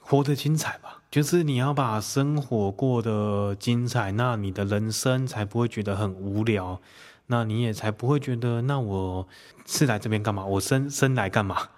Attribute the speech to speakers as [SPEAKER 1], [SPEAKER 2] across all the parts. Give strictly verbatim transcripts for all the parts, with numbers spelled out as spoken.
[SPEAKER 1] 活得精彩吧，就是你要把生活过得精彩，那你的人生才不会觉得很无聊，那你也才不会觉得那我是来这边干嘛，我生生来干嘛。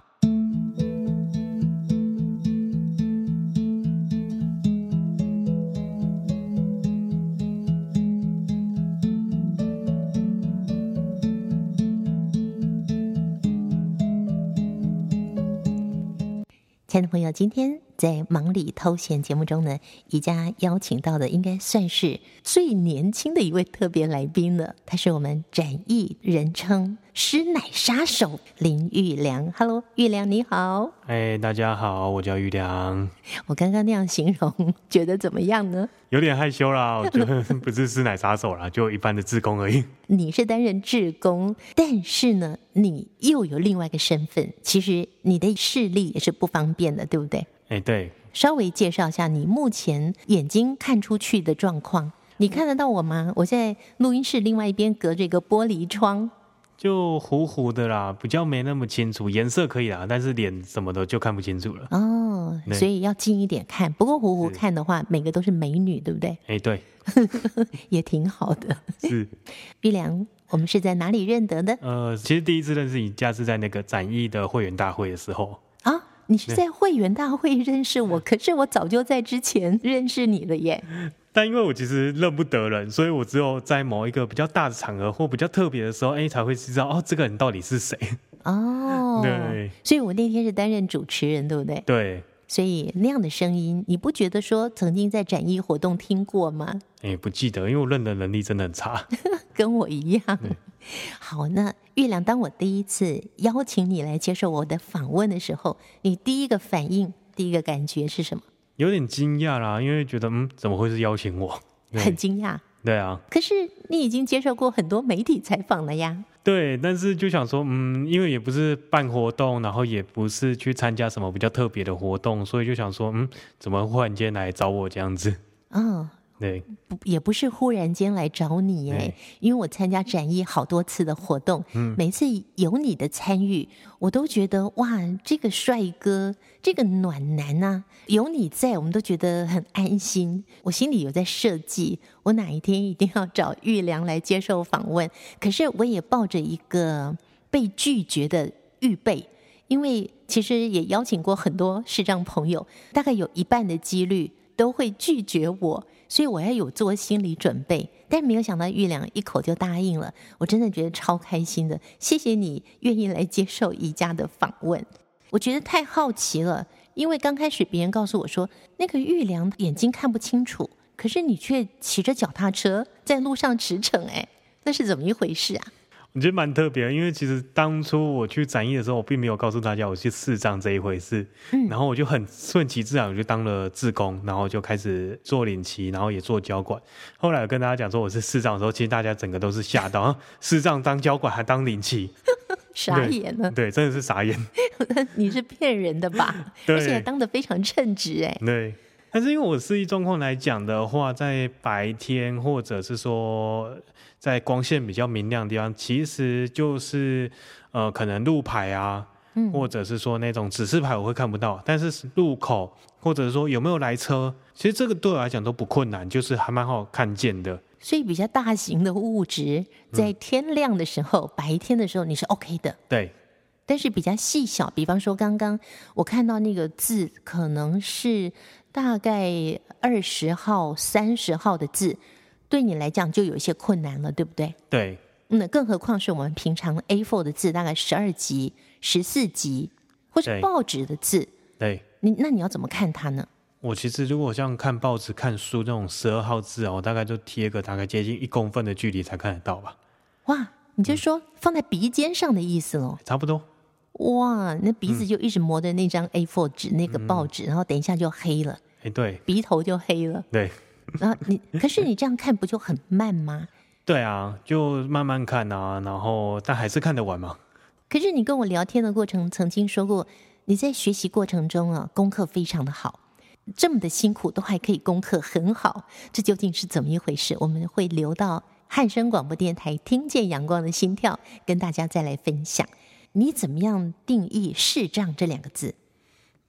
[SPEAKER 2] 亲爱的朋友，今天在忙里偷闲节目中呢，宜家邀请到的应该算是最年轻的一位特别来宾了，他是我们展艺人称师奶杀手林玉良。 Hello， 玉良你好。
[SPEAKER 1] 哎，大家好，我叫玉良。
[SPEAKER 2] 我刚刚那样形容觉得怎么样呢？
[SPEAKER 1] 有点害羞啦，我觉得不是师奶杀手啦，就一般的志工而已。
[SPEAKER 2] 你是担任志工，但是呢你又有另外一个身份，其实你的视力也是不方便的，对不对？
[SPEAKER 1] 哎，对。
[SPEAKER 2] 稍微介绍一下你目前眼睛看出去的状况。你看得到我吗？我在录音室另外一边隔着一个玻璃窗，
[SPEAKER 1] 就糊糊的啦，比较没那么清楚，颜色可以啦，但是脸什么的就看不清楚了。
[SPEAKER 2] 哦，所以要近一点看。不过糊糊看的话，每个都是美女，对不对？
[SPEAKER 1] 哎，对。
[SPEAKER 2] 也挺好的。
[SPEAKER 1] 是。
[SPEAKER 2] 玉良，我们是在哪里认得的？
[SPEAKER 1] 呃，其实第一次认识你家是在那个展艺的会员大会的时候
[SPEAKER 2] 啊。你是在会员大会认识我，可是我早就在之前认识你了耶。
[SPEAKER 1] 但因为我其实认不得人，所以我只有在某一个比较大的场合或比较特别的时候，哎，才会知道哦，这个人到底是谁。
[SPEAKER 2] 哦，
[SPEAKER 1] 对，
[SPEAKER 2] 所以我那天是担任主持人，对不对？
[SPEAKER 1] 对。
[SPEAKER 2] 所以那样的声音，你不觉得说曾经在展艺活动听过吗？
[SPEAKER 1] 哎，不记得，因为我认的能力真的很差。
[SPEAKER 2] 跟我一样。好，那玉良，当我第一次邀请你来接受我的访问的时候，你第一个反应、第一个感觉是什么？
[SPEAKER 1] 有点惊讶啦，因为觉得嗯，怎么会是邀请我？
[SPEAKER 2] 很惊讶。
[SPEAKER 1] 对啊。
[SPEAKER 2] 可是你已经接受过很多媒体采访了呀。
[SPEAKER 1] 对，但是就想说，嗯，因为也不是办活动，然后也不是去参加什么比较特别的活动，所以就想说，嗯，怎么忽然间来找我这样子？
[SPEAKER 2] 哦。
[SPEAKER 1] 对，
[SPEAKER 2] 不也不是忽然间来找你耶，因为我参加展艺好多次的活动，嗯，每次有你的参与，我都觉得哇，这个帅哥，这个暖男啊，有你在，我们都觉得很安心。我心里有在设计，我哪一天一定要找玉良来接受访问，可是我也抱着一个被拒绝的预备，因为其实也邀请过很多视障朋友，大概有一半的几率都会拒绝我，所以我要有做心理准备。但没有想到玉良一口就答应了，我真的觉得超开心的。谢谢你愿意来接受宜家的访问。我觉得太好奇了，因为刚开始别人告诉我说那个玉良眼睛看不清楚，可是你却骑着脚踏车在路上驰骋，哎，那是怎么一回事啊？
[SPEAKER 1] 我觉得蛮特别的，因为其实当初我去展艺的时候，我并没有告诉大家我是视障这一回事，嗯，然后我就很顺其自然，我就当了志工，然后就开始做领旗，然后也做交管。后来我跟大家讲说我是视障的时候，其实大家整个都是吓到，视障当交管还当领旗，
[SPEAKER 2] 傻眼了。
[SPEAKER 1] 对，对，真的是傻眼。
[SPEAKER 2] 你是骗人的吧？而且当得非常称职哎。
[SPEAKER 1] 对。但是因为我视力状况来讲的话，在白天或者是说在光线比较明亮的地方，其实就是呃可能路牌啊、嗯，或者是说那种指示牌我会看不到，但是路口或者是说有没有来车，其实这个对我来讲都不困难，就是还蛮好看见的。
[SPEAKER 2] 所以比较大型的物质在天亮的时候、嗯、白天的时候你是 OK 的。
[SPEAKER 1] 对。
[SPEAKER 2] 但是比较细小，比方说刚刚我看到那个字可能是大概二十号三十号的字，对你来讲就有一些困难了，对不对？
[SPEAKER 1] 对。
[SPEAKER 2] 那更何况是我们平常 A 四 的字大概十二级十四级，或是报纸的字。
[SPEAKER 1] 对。
[SPEAKER 2] 你那你要怎么看它呢？
[SPEAKER 1] 我其实如果像看报纸看书那种十二号字，我大概就贴个大概接近一公分的距离才看得到吧。
[SPEAKER 2] 哇，你就说放在鼻尖上的意思咯、
[SPEAKER 1] 嗯、差不多。
[SPEAKER 2] 哇，那鼻子就一直磨着那张 A 四 纸、嗯、那个报纸，然后等一下就黑了。
[SPEAKER 1] 哎，对，
[SPEAKER 2] 鼻头就黑了。
[SPEAKER 1] 对。
[SPEAKER 2] 然后你可是你这样看不就很慢吗？
[SPEAKER 1] 对啊，就慢慢看啊，然后但还是看得完嘛。
[SPEAKER 2] 可是你跟我聊天的过程曾经说过，你在学习过程中啊，功课非常的好，这么的辛苦都还可以功课很好，这究竟是怎么一回事？我们会留到汉声广播电台听见阳光的心跳跟大家再来分享。你怎么样定义视障这两个字？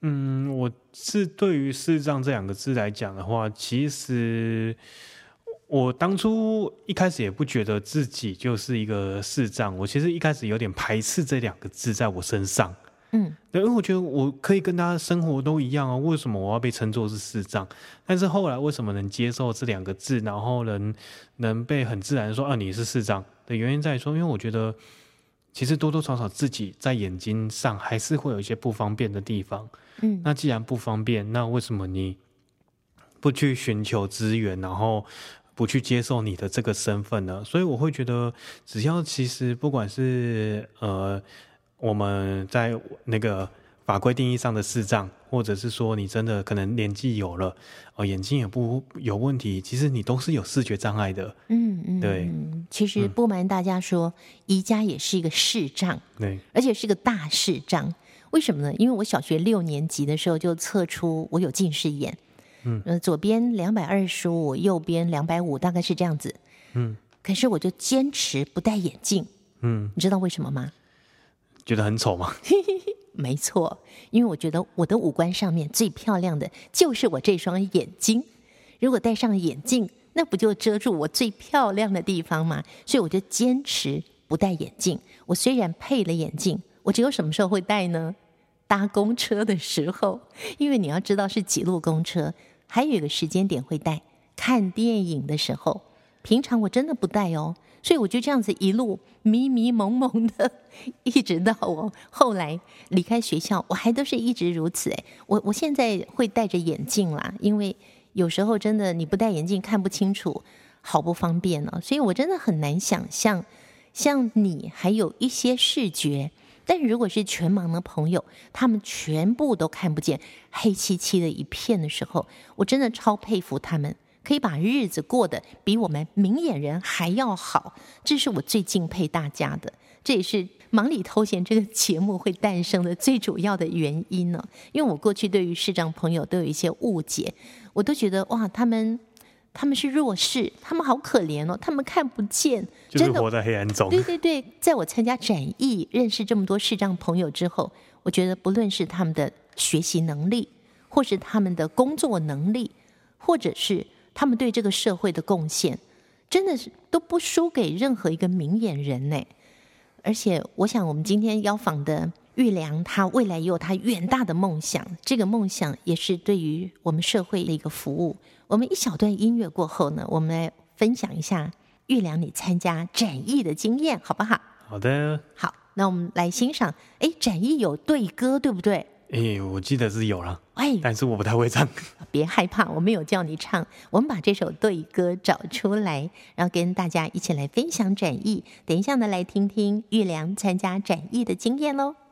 [SPEAKER 1] 嗯，我是对于视障这两个字来讲的话，其实我当初一开始也不觉得自己就是一个视障，我其实一开始有点排斥这两个字在我身上。嗯，对，因为我觉得我可以跟大家生活都一样啊，为什么我要被称作是视障？但是后来为什么能接受这两个字，然后能能被很自然的说啊你是视障的原因在于说，因为我觉得其实多多少少自己在眼睛上还是会有一些不方便的地方。嗯，那既然不方便，那为什么你不去寻求资源，然后不去接受你的这个身份呢？所以我会觉得，只要其实不管是呃我们在那个法规定义上的视障，或者是说你真的可能年纪有了，哦，眼睛也不有问题，其实你都是有视觉障碍的。嗯嗯，对。
[SPEAKER 2] 其实不瞒大家说，宜家也是一个视障，对，而且是个大视障。为什么呢？因为我小学六年级的时候就测出我有近视眼，嗯，呃，左边两百二十五，右边两百五，大概是这样子。嗯，可是我就坚持不戴眼镜。嗯，你知道为什么吗？
[SPEAKER 1] 觉得很丑吗？
[SPEAKER 2] 没错，因为我觉得我的五官上面最漂亮的就是我这双眼睛。如果戴上眼镜，那不就遮住我最漂亮的地方吗？所以我就坚持不戴眼镜。我虽然配了眼镜，我只有什么时候会戴呢？搭公车的时候，因为你要知道是几路公车，还有一个时间点会戴。看电影的时候，平常我真的不戴哦。所以我就这样子一路迷迷蒙蒙的，一直到我后来离开学校，我还都是一直如此。哎，我我现在会戴着眼镜啦，因为有时候真的你不戴眼镜看不清楚，好不方便哦。所以我真的很难想象，像你还有一些视觉，但如果是全盲的朋友，他们全部都看不见，黑漆漆的一片的时候，我真的超佩服他们。可以把日子过得比我们明眼人还要好，这是我最敬佩大家的，这也是忙里偷闲这个节目会诞生的最主要的原因呢。因为我过去对于视障朋友都有一些误解，我都觉得哇，他们他们是弱势，他们好可怜哦，他们看不见，
[SPEAKER 1] 就是活在黑暗中。
[SPEAKER 2] 对对对，在我参加展艺，认识这么多视障朋友之后，我觉得不论是他们的学习能力，或是他们的工作能力，或者是他们对这个社会的贡献，真的是都不输给任何一个明眼人呢。而且我想我们今天邀访的玉良，他未来也有他远大的梦想，这个梦想也是对于我们社会的一个服务。我们一小段音乐过后呢，我们来分享一下玉良你参加展艺的经验，好不好？
[SPEAKER 1] 好的。
[SPEAKER 2] 好，那我们来欣赏。哎，展艺有对歌对不对？
[SPEAKER 1] 哎，我记得是有了，哎，但是我不太会唱。
[SPEAKER 2] 别害怕，我没有叫你唱，我们把这首对歌找出来，然后跟大家一起来分享展艺。等一下呢，来听听玉良参加展艺的经验喽。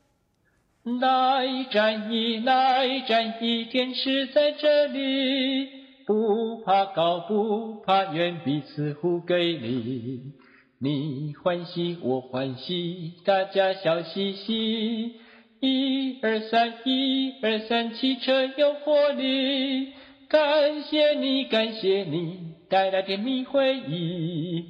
[SPEAKER 3] 来展艺，来展艺，天使在这里，不怕高，不怕远，彼此互给力。你欢喜，我欢喜，大家笑嘻嘻。一二三，一二三，汽车有活力。感谢你，感谢你，带来甜蜜回忆。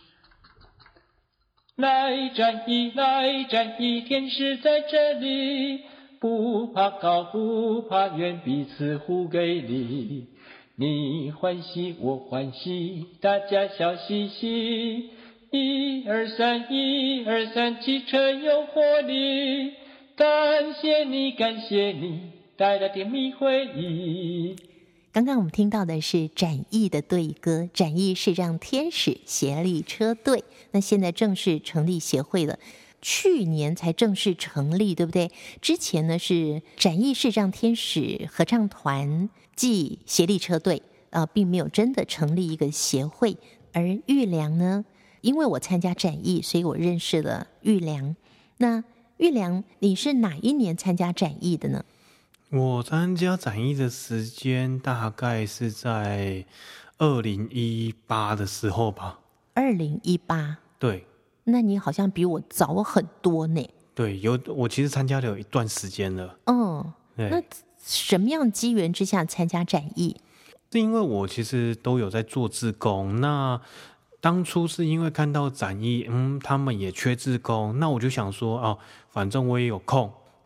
[SPEAKER 3] 来展艺，来展艺，天使在这里，不怕高，不怕远，彼此互给力。你欢喜，我欢喜，大家笑嘻嘻。一二三，一二三，汽车有活力。感谢你，感谢你，带来甜蜜回忆。
[SPEAKER 2] 刚刚我们听到的是展艺的对歌，展艺视障天使协力车队，那现在正式成立协会了，去年才正式成立，对不对？之前呢是展艺视障天使合唱团暨协力车队，呃，并没有真的成立一个协会。而玉良呢，因为我参加展艺，所以我认识了玉良。那玉良，你是哪一年参加展艺的呢？
[SPEAKER 1] 我参加展艺的时间大概是在二零一八的时候吧。
[SPEAKER 2] 二零一八，
[SPEAKER 1] 对。
[SPEAKER 2] 那你好像比我早很多呢。
[SPEAKER 1] 对，有我其实参加了有一段时间了。
[SPEAKER 2] 嗯，那什么样机缘之下参加展艺？
[SPEAKER 1] 是因为我其实都有在做志工，那当初是因为看到展艺，嗯，他们也缺志工，那我就想说，哦，反正我也有空，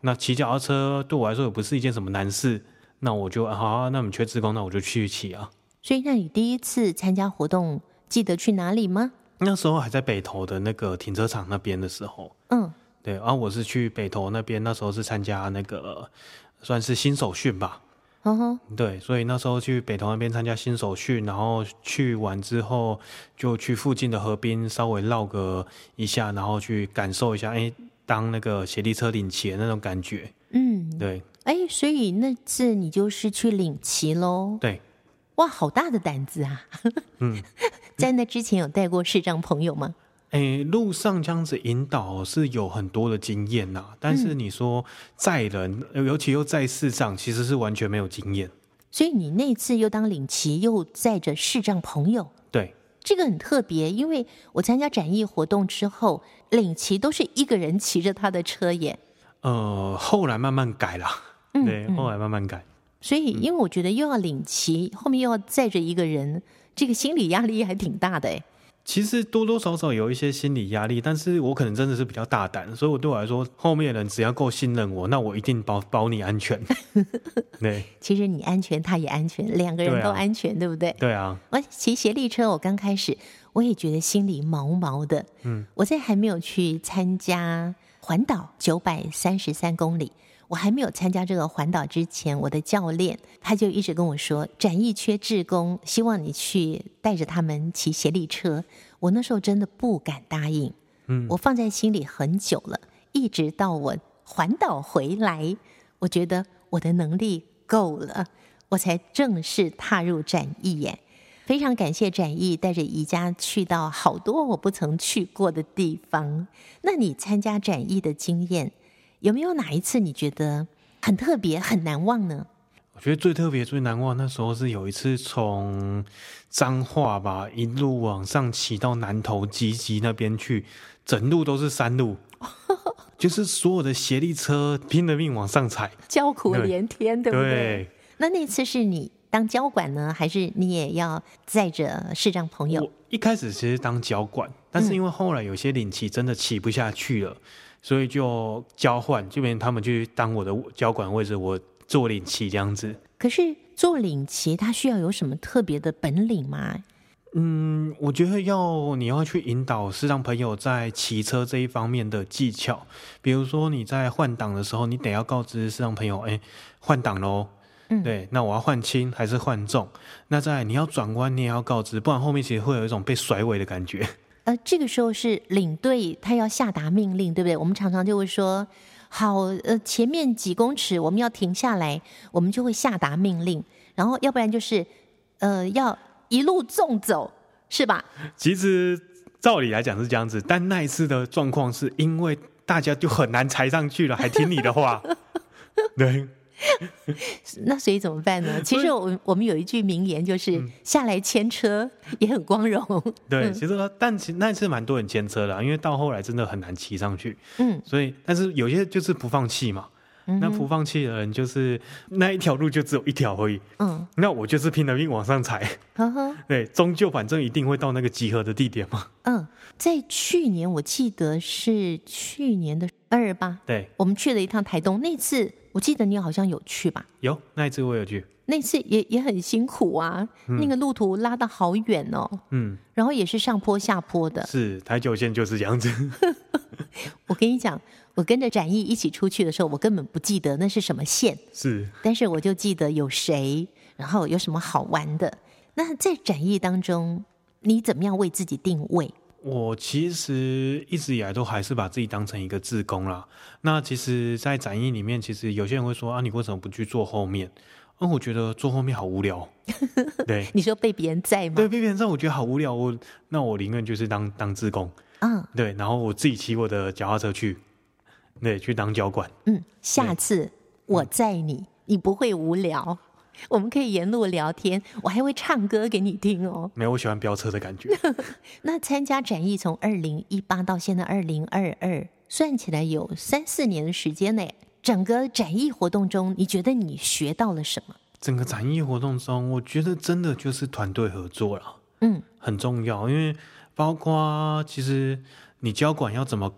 [SPEAKER 1] 那骑脚踏车对我来说也不是一件什么难事，那我就好、啊，那我们缺志工，那我就去骑啊。
[SPEAKER 2] 所以那你第一次参加活动记得去哪里吗？
[SPEAKER 1] 那时候还在北投的那个停车场那边的时候，
[SPEAKER 2] 嗯，
[SPEAKER 1] 对，然后我是去北投那边，那时候是参加那个算是新手训吧。
[SPEAKER 2] 呵呵，
[SPEAKER 1] 对，所以那时候去北投那边参加新手训，然后去完之后就去附近的河滨稍微绕个一下，然后去感受一下，哎，当那个协力车领骑的那种感觉。
[SPEAKER 2] 嗯，
[SPEAKER 1] 对，
[SPEAKER 2] 哎，所以那次你就是去领骑咯。
[SPEAKER 1] 对，
[SPEAKER 2] 哇，好大的胆子啊！
[SPEAKER 1] 嗯，
[SPEAKER 2] 在那之前有带过视障朋友吗？
[SPEAKER 1] 诶，路上这样子引导是有很多的经验呐，但是你说载人，嗯、尤其又在视障，其实是完全没有经验。
[SPEAKER 2] 所以你那次又当领骑，又载着视障朋友，
[SPEAKER 1] 对，
[SPEAKER 2] 这个很特别。因为我参加展艺活动之后，领骑都是一个人骑着他的车耶。
[SPEAKER 1] 呃，后来慢慢改啦，
[SPEAKER 2] 嗯
[SPEAKER 1] 对，
[SPEAKER 2] 嗯
[SPEAKER 1] 后来慢慢改。
[SPEAKER 2] 所以，因为我觉得又要领骑，后面又要载着一个人，这个心理压力还挺大的哎。
[SPEAKER 1] 其实多多少少有一些心理压力，但是我可能真的是比较大胆，所以我对我来说，后面的人只要够信任我，那我一定保保你安全。对，
[SPEAKER 2] 其实你安全，他也安全，两个人都安全， 对,、啊、对不对？
[SPEAKER 1] 对啊。
[SPEAKER 2] 我骑协力车，我刚开始我也觉得心里毛毛的。嗯，我在还没有去参加环岛九百三十三公里。我还没有参加这个环岛之前，我的教练他就一直跟我说，展艺缺志工，希望你去带着他们骑协力车。我那时候真的不敢答应，嗯，我放在心里很久了，一直到我环岛回来，我觉得我的能力够了，我才正式踏入展艺耶。非常感谢展艺带着宜家去到好多我不曾去过的地方。那你参加展艺的经验，有没有哪一次你觉得很特别很难忘呢？
[SPEAKER 1] 我觉得最特别最难忘那时候是有一次从彰化吧一路往上骑到南投集集那边去，整路都是山路就是所有的协力车拼了命往上踩，
[SPEAKER 2] 叫苦连天， 对, 对不对？
[SPEAKER 1] 对。
[SPEAKER 2] 那那次是你当交管呢，还是你也要载着视障朋友？
[SPEAKER 1] 我一开始其实当交管，但是因为后来有些领骑真的骑不下去了，嗯，所以就交换，就变成他们去当我的交管位置，我做领骑这样子。
[SPEAKER 2] 可是做领骑他需要有什么特别的本领吗？
[SPEAKER 1] 嗯，我觉得要你要去引导视障朋友在骑车这一方面的技巧，比如说你在换挡的时候，你得要告知视障朋友，哎，换挡咯，嗯，对，那我要换轻还是换重？那再来你要转弯，你也要告知，不然后面其实会有一种被甩尾的感觉。
[SPEAKER 2] 呃，这个时候是领队他要下达命令，对不对？我们常常就会说，好，呃，前面几公尺我们要停下来，我们就会下达命令，然后要不然就是，呃，要一路纵走，是吧？
[SPEAKER 1] 其实照理来讲是这样子，但那一次的状况是因为大家就很难踩上去了，还听你的话，对。
[SPEAKER 2] 那所以怎么办呢？其实我我们有一句名言，就是、嗯、下来牵车也很光荣。
[SPEAKER 1] 对，
[SPEAKER 2] 嗯、
[SPEAKER 1] 其实但其实那次蛮多人牵车的，因为到后来真的很难骑上去。嗯，所以但是有些就是不放弃嘛。嗯、那不放弃的人就是那一条路就只有一条而已。嗯，那我就是拼了命往上踩。呵呵，对，终究反正一定会到那个集合的地点嘛。
[SPEAKER 2] 嗯，在去年我记得是去年的二二八，
[SPEAKER 1] 对，
[SPEAKER 2] 我们去了一趟台东，那次。我记得你好像有去吧？
[SPEAKER 1] 有，那一次我有去。
[SPEAKER 2] 那次也也很辛苦啊、嗯，那个路途拉得好远哦。嗯，然后也是上坡下坡的。
[SPEAKER 1] 是，台九线就是这样子。
[SPEAKER 2] 我跟你讲，我跟着展艺一起出去的时候，我根本不记得那是什么线。
[SPEAKER 1] 是，
[SPEAKER 2] 但是我就记得有谁，然后有什么好玩的。那在展艺当中，你怎么样为自己定位？
[SPEAKER 1] 我其实一直以来都还是把自己当成一个志工啦。那其实在展艺里面，其实有些人会说啊，你为什么不去做后面？嗯，我觉得做后面好无聊。对，
[SPEAKER 2] 你说被别人载吗？
[SPEAKER 1] 对，被别人载我觉得好无聊。我那我宁愿就是当当志工。嗯，对，然后我自己骑我的脚踏车去，对，去当交管。
[SPEAKER 2] 嗯，下次我载你，嗯、你不会无聊。我们可以沿路聊天，我还会唱歌给你听哦。
[SPEAKER 1] 没有，我喜欢飙车的感觉。
[SPEAKER 2] 那参加展艺从二零一八到现在二零二二，算起来有三四年的时间呢。整个展艺活动中，你觉得你学到了什么？
[SPEAKER 1] 整个展艺活动中，我觉得真的就是团队合作了，嗯，很重要。因为包括其实你交管要怎么管，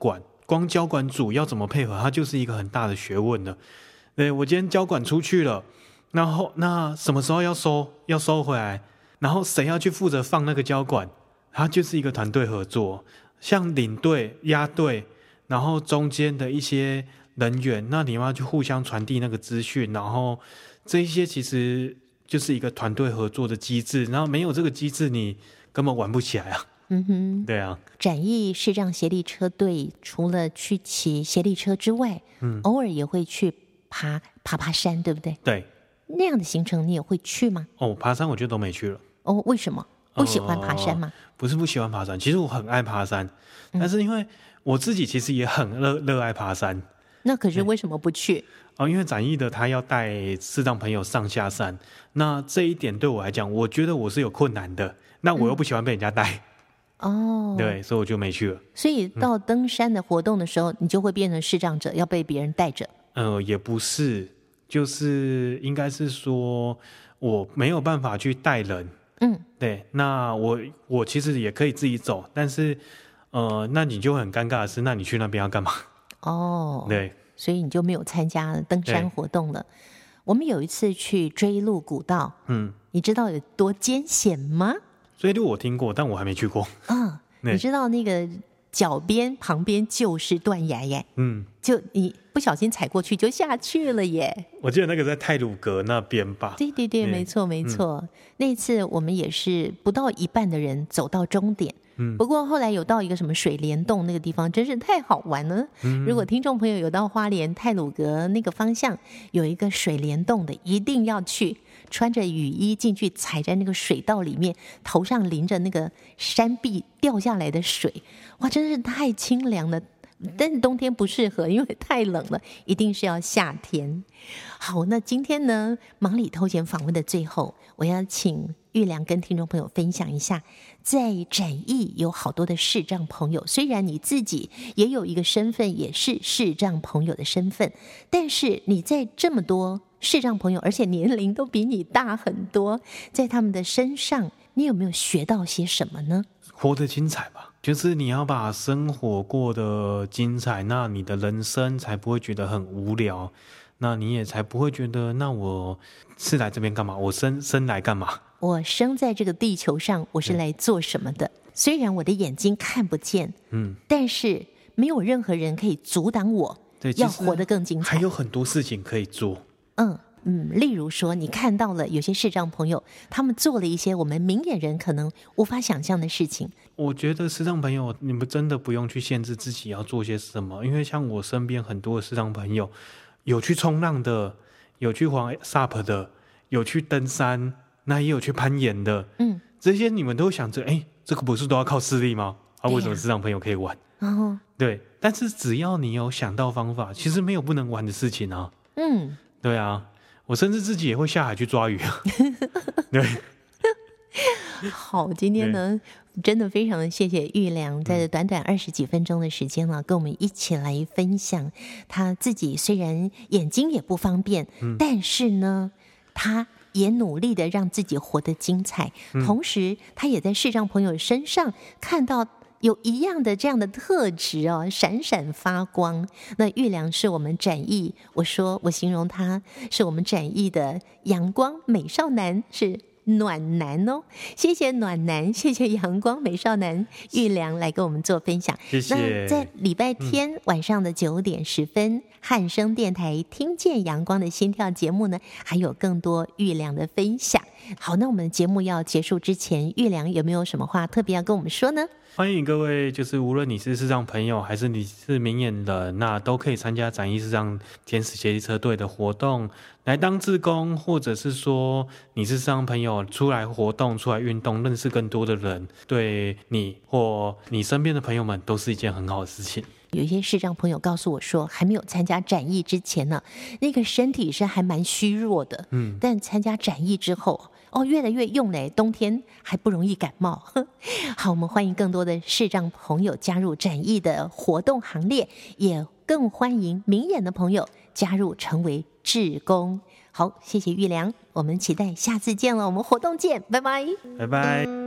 [SPEAKER 1] 光交管组要怎么配合，它就是一个很大的学问了。对，我今天交管出去了，然后那什么时候要收，要收回来，然后谁要去负责放那个交管，它就是一个团队合作。像领队、押队，然后中间的一些人员，那你们要去互相传递那个资讯，然后这一些其实就是一个团队合作的机制，然后没有这个机制，你根本玩不起来啊。
[SPEAKER 2] 嗯哼，
[SPEAKER 1] 对啊。
[SPEAKER 2] 展翼视障协力车队除了去骑协力车之外，嗯，偶尔也会去爬爬爬山，对不对？
[SPEAKER 1] 对。
[SPEAKER 2] 那样的行程你也会去吗？
[SPEAKER 1] 哦，爬山我就都没去了。
[SPEAKER 2] 哦，为什么？不喜欢爬山吗？
[SPEAKER 1] 呃、不是不喜欢爬山，其实我很爱爬山，嗯、但是因为我自己其实也很热热爱爬山。
[SPEAKER 2] 那可是为什么不去？
[SPEAKER 1] 哦，因为展翼的他要带视障朋友上下山，那这一点对我来讲，我觉得我是有困难的。那我又不喜欢被人家带。
[SPEAKER 2] 嗯、哦，
[SPEAKER 1] 对，所以我就没去了。
[SPEAKER 2] 所以到登山的活动的时候，嗯、你就会变成视障者，要被别人带着。
[SPEAKER 1] 呃，也不是，就是应该是说我没有办法去带人。嗯，对，那我我其实也可以自己走，但是呃，那你就很尴尬的是，那你去那边要干嘛？
[SPEAKER 2] 哦，
[SPEAKER 1] 对，
[SPEAKER 2] 所以你就没有参加登山活动了。我们有一次去追鹿古道，嗯，你知道有多艰险吗？
[SPEAKER 1] 追鹿我听过，但我还没去过。
[SPEAKER 2] 嗯，你知道那个脚边旁边就是断崖耶，嗯，就你不小心踩过去就下去了耶。
[SPEAKER 1] 我记得那个在太鲁阁那边吧。
[SPEAKER 2] 对对对，没错没错。嗯、那次我们也是不到一半的人走到终点。嗯，不过后来有到一个什么水帘洞那个地方，真是太好玩了。嗯、如果听众朋友有到花莲太鲁阁那个方向有一个水帘洞的，一定要去，穿着雨衣进去，踩在那个水道里面，头上淋着那个山壁掉下来的水，哇，真是太清凉了。但是冬天不适合，因为太冷了，一定是要夏天。好，那今天呢，忙里偷闲访问的最后，我要请玉良跟听众朋友分享一下，在展翼有好多的视障朋友，虽然你自己也有一个身份，也是视障朋友的身份，但是你在这么多视障朋友，而且年龄都比你大很多，在他们的身上，你有没有学到些什么呢？
[SPEAKER 1] 活得精彩吧，就是你要把生活过得精彩，那你的人生才不会觉得很无聊，那你也才不会觉得那我是来这边干嘛，我生生来干嘛，
[SPEAKER 2] 我生在这个地球上我是来做什么的。虽然我的眼睛看不见，嗯，但是没有任何人可以阻挡我要活得更精彩，
[SPEAKER 1] 还有很多事情可以做。
[SPEAKER 2] 嗯嗯，例如说你看到了有些视障朋友他们做了一些我们明眼人可能无法想象的事情。
[SPEAKER 1] 我觉得视障朋友你们真的不用去限制自己要做些什么，因为像我身边很多的视障朋友有去冲浪的，有去滑 S U P 的，有去登山，那也有去攀岩的，嗯，这些你们都想着，哎，这个不是都要靠视力吗？啊，为什么视障朋友可以玩？哦，对，但是只要你有想到方法，其实没有不能玩的事情啊。嗯，对啊。我甚至自己也会下海去抓鱼啊。对，
[SPEAKER 2] 好，今天呢，真的非常谢谢玉良，在短短二十几分钟的时间呢、啊，跟我们一起来分享他自己虽然眼睛也不方便，嗯、但是呢，他也努力的让自己活得精彩，嗯、同时他也在视障朋友身上看到有一样的这样的特质哦，闪闪发光。那玉良是我们展翼，我说我形容他是我们展翼的阳光美少男，是暖男哦。谢谢暖男，谢谢阳光美少男玉良来跟我们做分享。
[SPEAKER 1] 谢谢。
[SPEAKER 2] 那在礼拜天晚上的九点十分，嗯、汉声电台听见阳光的心跳节目呢，还有更多玉良的分享。好，那我们节目要结束之前，玉良有没有什么话特别要跟我们说呢？
[SPEAKER 1] 欢迎各位，就是无论你是视障朋友还是你是明眼人，那都可以参加展翼视障天使协力车队的活动，来当志工，或者是说你是视障朋友出来活动、出来运动，认识更多的人，对你或你身边的朋友们都是一件很好的事情。
[SPEAKER 2] 有一些视障朋友告诉我说，还没有参加展翼之前呢，那个身体是还蛮虚弱的，嗯，但参加展翼之后，哦，越来越用嘞，冬天还不容易感冒。好，我们欢迎更多的视障朋友加入展翼的活动行列，也更欢迎明眼的朋友加入成为志工。好，谢谢玉良，我们期待下次见了，我们活动见，拜拜，
[SPEAKER 1] 拜拜。